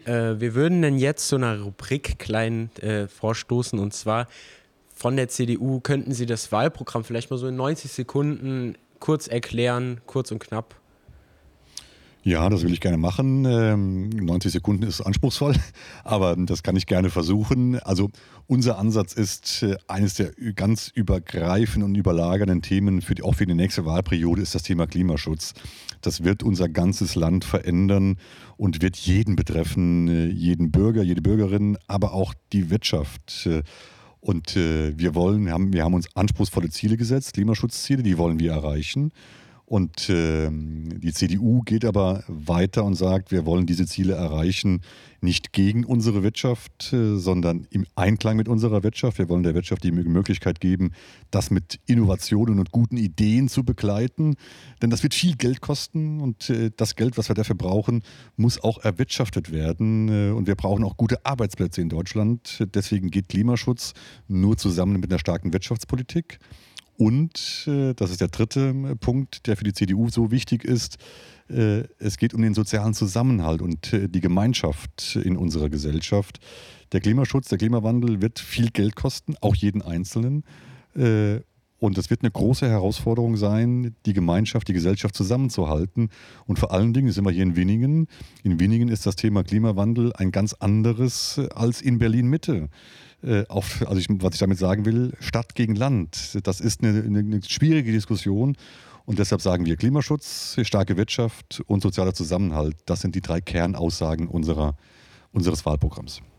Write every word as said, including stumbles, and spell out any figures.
Äh, wir würden denn jetzt zu einer Rubrik klein äh, vorstoßen, und zwar von der C D U. Könnten Sie das Wahlprogramm vielleicht mal so in neunzig Sekunden kurz erklären, kurz und knapp? Ja, das will ich gerne machen. Ähm, neunzig Sekunden ist anspruchsvoll, aber das kann ich gerne versuchen. Also unser Ansatz ist, äh, eines der ü- ganz übergreifenden und überlagernden Themen für die, auch für die nächste Wahlperiode ist das Thema Klimaschutz. Das wird unser ganzes Land verändern und wird jeden betreffen, äh, jeden Bürger, jede Bürgerin, aber auch die Wirtschaft. Äh, Und äh, wir wollen, wir haben, wir haben uns anspruchsvolle Ziele gesetzt, Klimaschutzziele, die wollen wir erreichen. Und ähm, die C D U geht aber weiter und sagt, wir wollen diese Ziele erreichen, nicht gegen unsere Wirtschaft, äh, sondern im Einklang mit unserer Wirtschaft. Wir wollen der Wirtschaft die Mö- Möglichkeit geben, das mit Innovationen und guten Ideen zu begleiten. Denn das wird viel Geld kosten und äh, das Geld, was wir dafür brauchen, muss auch erwirtschaftet werden. Äh, und wir brauchen auch gute Arbeitsplätze in Deutschland. Deswegen geht Klimaschutz nur zusammen mit einer starken Wirtschaftspolitik. Und, äh, das ist der dritte äh, Punkt, der für die C D U so wichtig ist, äh, es geht um den sozialen Zusammenhalt und äh, die Gemeinschaft in unserer Gesellschaft. Der Klimaschutz, der Klimawandel wird viel Geld kosten, auch jeden Einzelnen. Äh, und es wird eine große Herausforderung sein, die Gemeinschaft, die Gesellschaft zusammenzuhalten. Und vor allen Dingen sind wir hier in Winningen. In Winningen ist das Thema Klimawandel ein ganz anderes äh, als in Berlin-Mitte. Äh, auf, also ich, was ich damit sagen will, Stadt gegen Land, das ist eine, eine, eine schwierige Diskussion und deshalb sagen wir Klimaschutz, starke Wirtschaft und sozialer Zusammenhalt. Das sind die drei Kernaussagen unserer, unseres Wahlprogramms.